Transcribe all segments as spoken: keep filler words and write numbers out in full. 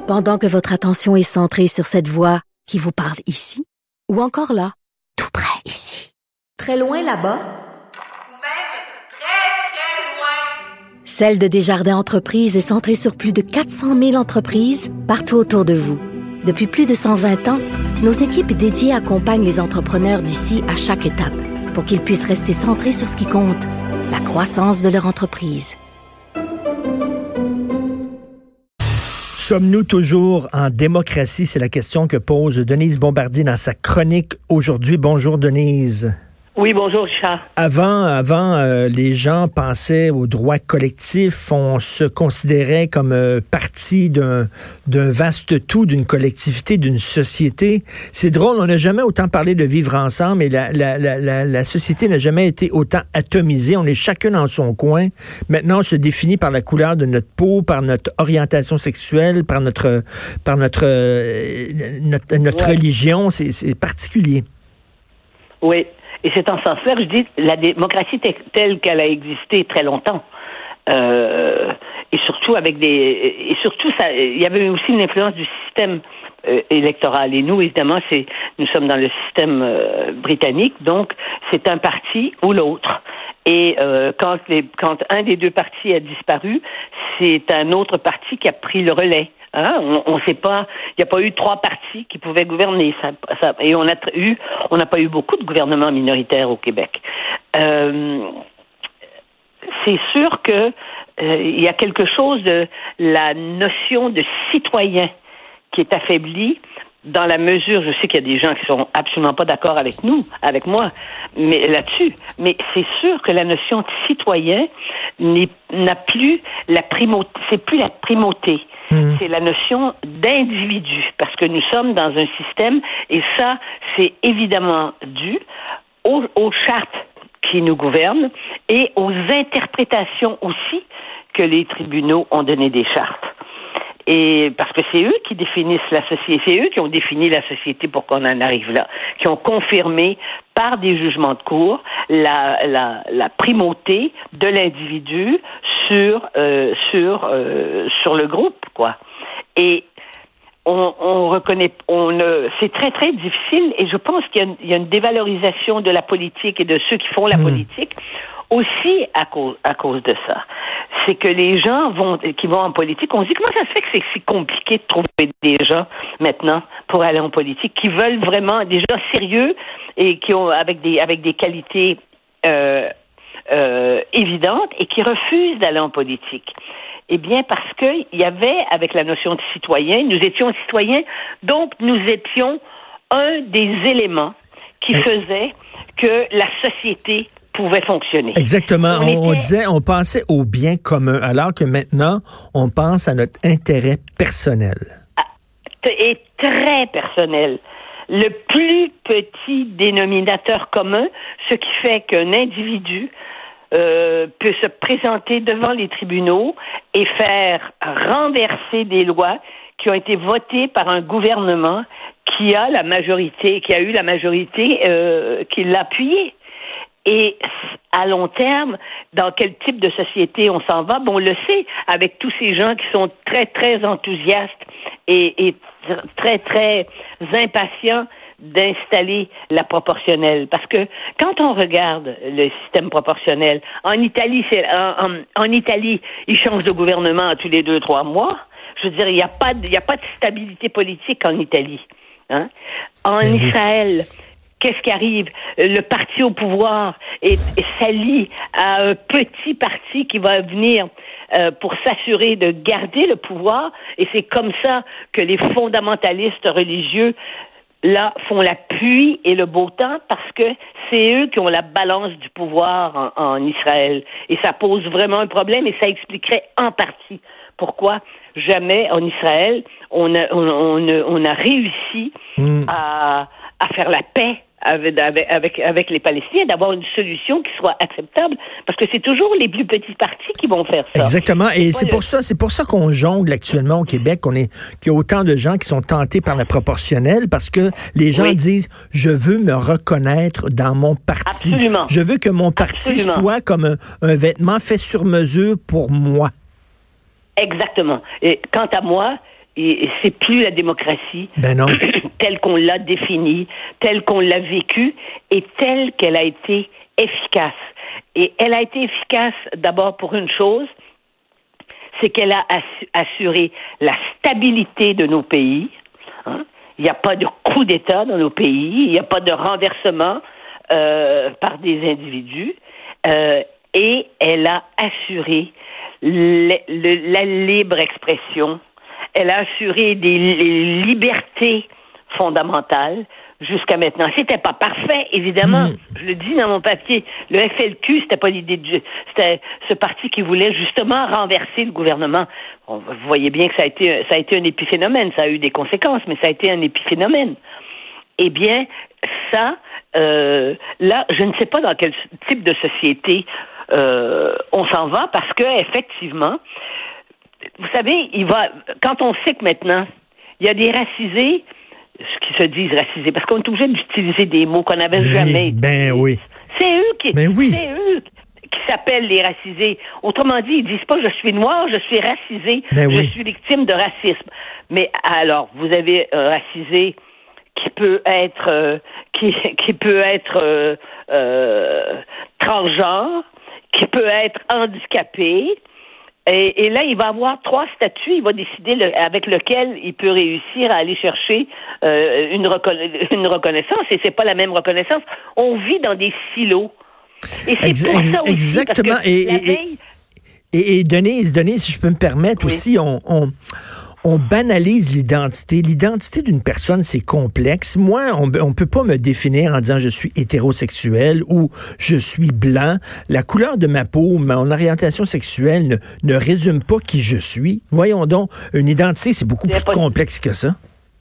Pendant que votre attention est centrée sur cette voix qui vous parle ici, ou encore là, tout près ici, très loin là-bas, ou même très, très loin, Celle de Desjardins Entreprises est centrée sur plus de quatre cent mille entreprises partout autour de vous. Depuis plus de cent vingt ans, nos équipes dédiées accompagnent les entrepreneurs d'ici à chaque étape pour qu'ils puissent rester centrés sur ce qui compte, la croissance de leur entreprise. Sommes-nous toujours en démocratie? C'est la question que pose Denise Bombardier dans sa chronique aujourd'hui. Bonjour Denise. Oui, bonjour Richard. Avant, avant euh, les gens pensaient aux droits collectifs, on se considérait comme euh, partie d'un, d'un vaste tout, d'une collectivité, d'une société. C'est drôle, on n'a jamais autant parlé de vivre ensemble et la, la, la, la, la société n'a jamais été autant atomisée. On est chacun dans son coin. Maintenant, on se définit par la couleur de notre peau, par notre orientation sexuelle, par notre, par notre, euh, notre, notre ouais. religion. C'est, c'est particulier. Oui. Et c'est en ce sens-là que je dis la démocratie t- telle qu'elle a existé très longtemps. Euh, et surtout avec des et surtout ça il y avait aussi une influence du système euh, électoral. Et nous, évidemment, c'est nous sommes dans le système euh, britannique, donc c'est un parti ou l'autre. Et euh, quand les quand un des deux partis a disparu, c'est un autre parti qui a pris le relais. Hein? On ne sait pas, il n'y a pas eu trois partis qui pouvaient gouverner. Ça, ça, et on a eu, on n'a pas eu beaucoup de gouvernements minoritaires au Québec. Euh, c'est sûr que euh, il y a quelque chose de la notion de citoyen qui est affaiblie dans la mesure, je sais qu'il y a des gens qui sont absolument pas d'accord avec nous, avec moi, mais là-dessus. Mais c'est sûr que la notion de citoyen n'est, n'a plus la primauté, c'est plus la primauté. Mmh. C'est la notion d'individu, parce que nous sommes dans un système, et ça, c'est évidemment dû aux, aux chartes qui nous gouvernent et aux interprétations aussi que les tribunaux ont donné des chartes. Et parce que c'est eux qui définissent la société, c'est eux qui ont défini la société pour qu'on en arrive là, qui ont confirmé par des jugements de cour la, la, la primauté de l'individu sur euh, sur euh, sur le groupe, quoi. Et on, on reconnaît, on euh, c'est très très difficile, et je pense qu'il y a une, il y a une dévalorisation de la politique et de ceux qui font la mmh. politique aussi à cause à cause de ça. C'est que les gens vont qui vont en politique, on se dit comment ça se fait que c'est si compliqué de trouver des gens maintenant pour aller en politique qui veulent vraiment des gens sérieux et qui ont avec des avec des qualités euh, euh, évidentes et qui refusent d'aller en politique. Eh bien parce que il y avait avec la notion de citoyen, nous étions citoyens, donc nous étions un des éléments qui faisait que la société pouvait fonctionner. Exactement. On, on, était... on disait, on pensait au bien commun, alors que maintenant, on pense à notre intérêt personnel. Et très personnel. Le plus petit dénominateur commun, ce qui fait qu'un individu euh, peut se présenter devant les tribunaux et faire renverser des lois qui ont été votées par un gouvernement qui a la majorité, qui a eu la majorité euh, qui l'a appuyé. Et à long terme, dans quel type de société on s'en va? Bon, on le sait, avec tous ces gens qui sont très, très enthousiastes et, et très, très impatients d'installer la proportionnelle. Parce que quand on regarde le système proportionnel, en Italie, c'est, en, en, en Italie, ils changent de gouvernement tous les deux, trois mois. Je veux dire, il n'y a pas de, il n'y a pas de stabilité politique en Italie. Hein? En mmh. Israël, qu'est-ce qui arrive? Le parti au pouvoir est, est s'allie à un petit parti qui va venir euh, pour s'assurer de garder le pouvoir, et c'est comme ça que les fondamentalistes religieux là font la pluie et le beau temps, parce que c'est eux qui ont la balance du pouvoir en, en Israël, et ça pose vraiment un problème, et ça expliquerait en partie pourquoi jamais en Israël on a, on, on, on a réussi mmh. à, à faire la paix Avec, avec, avec les Palestiniens, d'avoir une solution qui soit acceptable, parce que c'est toujours les plus petits partis qui vont faire ça. Exactement, et c'est, c'est le... pour ça, c'est pour ça qu'on jongle actuellement au Québec, qu'on est, qu'il y a autant de gens qui sont tentés par la proportionnelle, parce que les gens oui. disent, je veux me reconnaître dans mon parti. Absolument. Je veux que mon parti Absolument. soit comme un, un vêtement fait sur mesure pour moi. Exactement. Et quant à moi, et, et c'est plus la démocratie ben non. telle qu'on l'a définie, telle qu'on l'a vécue et telle qu'elle a été efficace. Et elle a été efficace d'abord pour une chose, c'est qu'elle a assuré la stabilité de nos pays. Hein? Il n'y a pas de coup d'État dans nos pays, il n'y a pas de renversement euh, par des individus. Euh, et elle a assuré le, le, la libre expression. Elle a assuré des les libertés fondamentales jusqu'à maintenant. C'était pas parfait, évidemment. Mmh. Je le dis dans mon papier. Le F L Q, c'était pas l'idée de, c'était ce parti qui voulait justement renverser le gouvernement. Bon, vous voyez bien que ça a été, ça a été un épiphénomène. Ça a eu des conséquences, mais ça a été un épiphénomène. Eh bien, ça, euh, là, je ne sais pas dans quel type de société euh, on s'en va, parce que effectivement, vous savez, il va. Quand on sait que maintenant, il y a des racisés qui se disent racisés, parce qu'on est obligé d'utiliser des mots qu'on n'avait oui, jamais. Ben oui. C'est eux qui, ben oui. c'est eux qui s'appellent les racisés. Autrement dit, ils disent pas je suis noir, je suis racisé, ben je oui. suis victime de racisme. Mais alors, vous avez un racisé qui peut être euh, qui qui peut être euh, euh, transgenre, qui peut être handicapé. Et, et là, il va avoir trois statuts. Il va décider le, avec lequel il peut réussir à aller chercher euh, une, reconna- une reconnaissance. Et c'est pas la même reconnaissance. On vit dans des silos. Et c'est Ex- pour ça aussi. Exactement. Parce que et, la et, veille... et, et Denise, Denise, si je peux me permettre oui. aussi, on, on On banalise l'identité. L'identité d'une personne, c'est complexe. Moi, on ne peut pas me définir en disant je suis hétérosexuel ou je suis blanc. La couleur de ma peau, mon orientation sexuelle ne, ne résume pas qui je suis. Voyons donc, une identité, c'est beaucoup plus complexe que ça.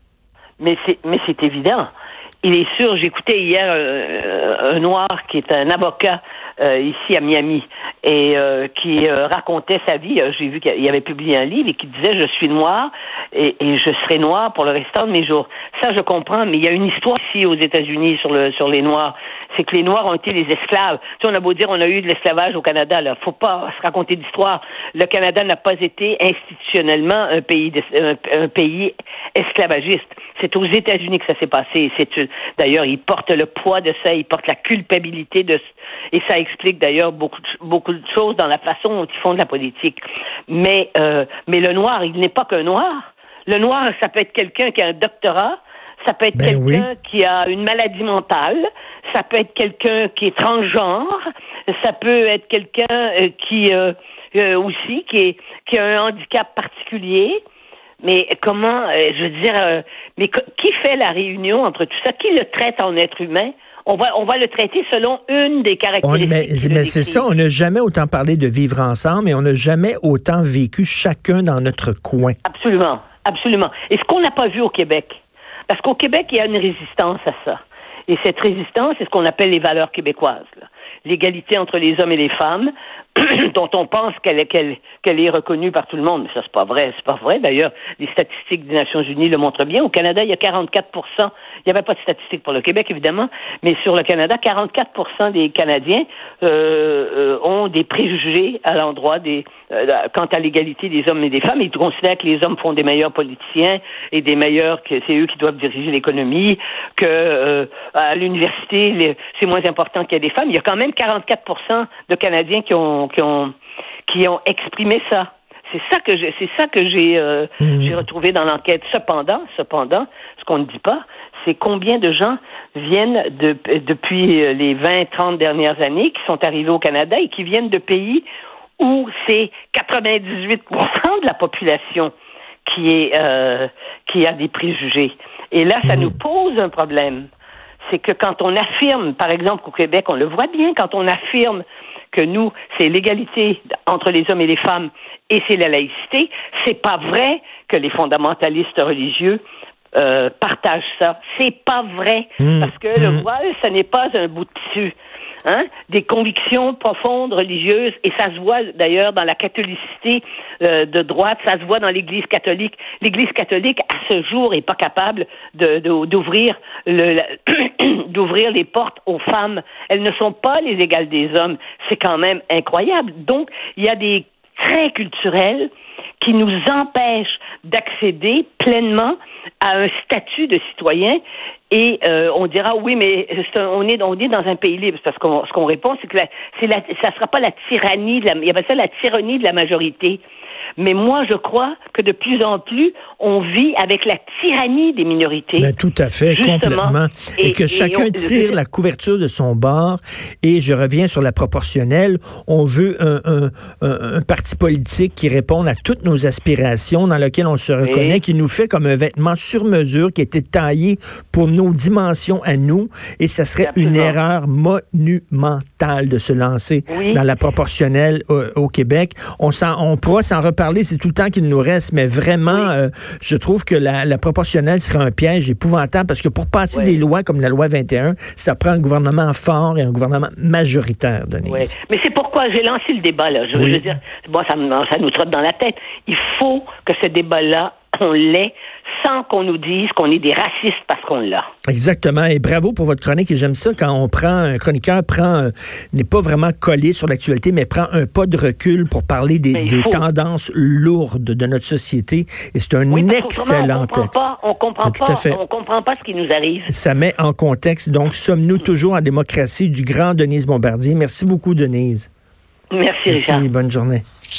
Mais c'est, mais c'est évident. Il est sûr, j'écoutais hier euh, un noir qui est un avocat euh, ici à Miami et euh, qui euh, racontait sa vie. J'ai vu qu'il avait publié un livre et qui disait « Je suis noir et, et je serai noir pour le restant de mes jours ». Ça, je comprends, mais il y a une histoire ici aux États-Unis sur le sur les Noirs. C'est que les Noirs ont été les esclaves. Tu sais, on a beau dire on a eu de l'esclavage au Canada, là, faut pas se raconter d'histoire. Le Canada n'a pas été institutionnellement un pays un, un pays esclavagiste. C'est aux États-Unis que ça s'est passé. C'est d'ailleurs, ils portent le poids de ça, ils portent la culpabilité de et ça explique d'ailleurs beaucoup de, beaucoup de choses dans la façon dont ils font de la politique. Mais euh, mais le noir, il n'est pas qu'un noir. Le noir, ça peut être quelqu'un qui a un doctorat. Ça peut être ben quelqu'un oui. qui a une maladie mentale, ça peut être quelqu'un qui est transgenre, ça peut être quelqu'un euh, qui euh, euh, aussi qui est qui a un handicap particulier. Mais comment, euh, je veux dire, euh, mais co- qui fait la réunion entre tout ça? Qui le traite en être humain? On va, on va le traiter selon une des caractéristiques. On, mais mais c'est ça, on n'a jamais autant parlé de vivre ensemble et on n'a jamais autant vécu chacun dans notre coin. Absolument, absolument. Et ce qu'on n'a pas vu au Québec, parce qu'au Québec, il y a une résistance à ça. Et cette résistance, c'est ce qu'on appelle les valeurs québécoises, là. L'égalité entre les hommes et les femmes, dont on pense qu'elle est, qu'elle, qu'elle est reconnue par tout le monde. Mais ça, c'est pas vrai. C'est pas vrai. D'ailleurs, les statistiques des Nations Unies le montrent bien. Au Canada, il y a quarante-quatre pour cent. Il n'y avait pas de statistiques pour le Québec, évidemment. Mais sur le Canada, quarante-quatre pour cent des Canadiens euh, euh, ont des préjugés à l'endroit des, euh, quant à l'égalité des hommes et des femmes. Ils considèrent que les hommes font des meilleurs politiciens et des meilleurs, que c'est eux qui doivent diriger l'économie, que euh, à l'université, les, c'est moins important qu'il y ait des femmes. Il y a quand même quarante-quatre pour cent de Canadiens qui ont qui ont qui ont exprimé ça. C'est ça que j'ai c'est ça que j'ai euh, mmh. j'ai retrouvé dans l'enquête. Cependant, cependant, ce qu'on ne dit pas, c'est combien de gens viennent de depuis les vingt trente dernières années qui sont arrivés au Canada et qui viennent de pays où c'est quatre-vingt-dix-huit pour cent de la population qui est euh, qui a des préjugés. Et là, ça mmh. nous pose un problème. C'est que quand on affirme, par exemple, qu'au Québec, on le voit bien, quand on affirme que nous, c'est l'égalité entre les hommes et les femmes et c'est la laïcité, c'est pas vrai que les fondamentalistes religieux euh, partagent ça. C'est pas vrai. Mmh. Parce que mmh. le voile, ça n'est pas un bout de tissu. Hein? Des convictions profondes religieuses, et ça se voit d'ailleurs dans la catholicité euh, de droite, ça se voit dans l'Église catholique. L'Église catholique, à ce jour, est pas capable de, de, d'ouvrir, le, la, d'ouvrir les portes aux femmes. Elles ne sont pas les égales des hommes. C'est quand même incroyable. Donc, il y a des très culturelle qui nous empêche d'accéder pleinement à un statut de citoyen. Et euh, on dira oui, mais c'est un, on est on est dans un pays libre. Parce qu'on ce qu'on répond, c'est que la, c'est la, ça sera pas la tyrannie de la, il y avait ça la tyrannie de la majorité. Mais moi, je crois que de plus en plus, on vit avec la tyrannie des minorités. Ben, tout à fait, justement. Complètement. Et, et que et chacun on, tire je... la couverture de son bord. Et je reviens sur la proportionnelle. On veut un, un, un, un parti politique qui réponde à toutes nos aspirations, dans lequel on se reconnaît, oui. qui nous fait comme un vêtement sur mesure, qui a été taillé pour nos dimensions à nous. Et ça serait Absolument. une erreur monumentale de se lancer oui. dans la proportionnelle au, au Québec. On, on pourra s'en reparler. C'est tout le temps qu'il nous reste, mais vraiment, oui. euh, je trouve que la, la proportionnelle serait un piège épouvantable parce que pour passer oui. des lois comme la loi vingt et un, ça prend un gouvernement fort et un gouvernement majoritaire, Denise. Oui. Mais c'est pourquoi j'ai lancé le débat, là. Je, oui. je veux dire, bon, ça, ça nous trotte dans la tête. Il faut que ce débat-là, on l'ait sans qu'on nous dise qu'on est des racistes parce qu'on l'a. Exactement. Et bravo pour votre chronique. Et j'aime ça quand on prend, un chroniqueur prend, euh, n'est pas vraiment collé sur l'actualité, mais prend un pas de recul pour parler des, des tendances lourdes de notre société. Et c'est un oui, excellent texte. Pas, on comprend pas, on comprend pas ce qui nous arrive. Ça met en contexte. Donc, sommes-nous toujours en démocratie du grand Denise Bombardier? Merci beaucoup, Denise. Merci, Richard. Merci, bonne journée.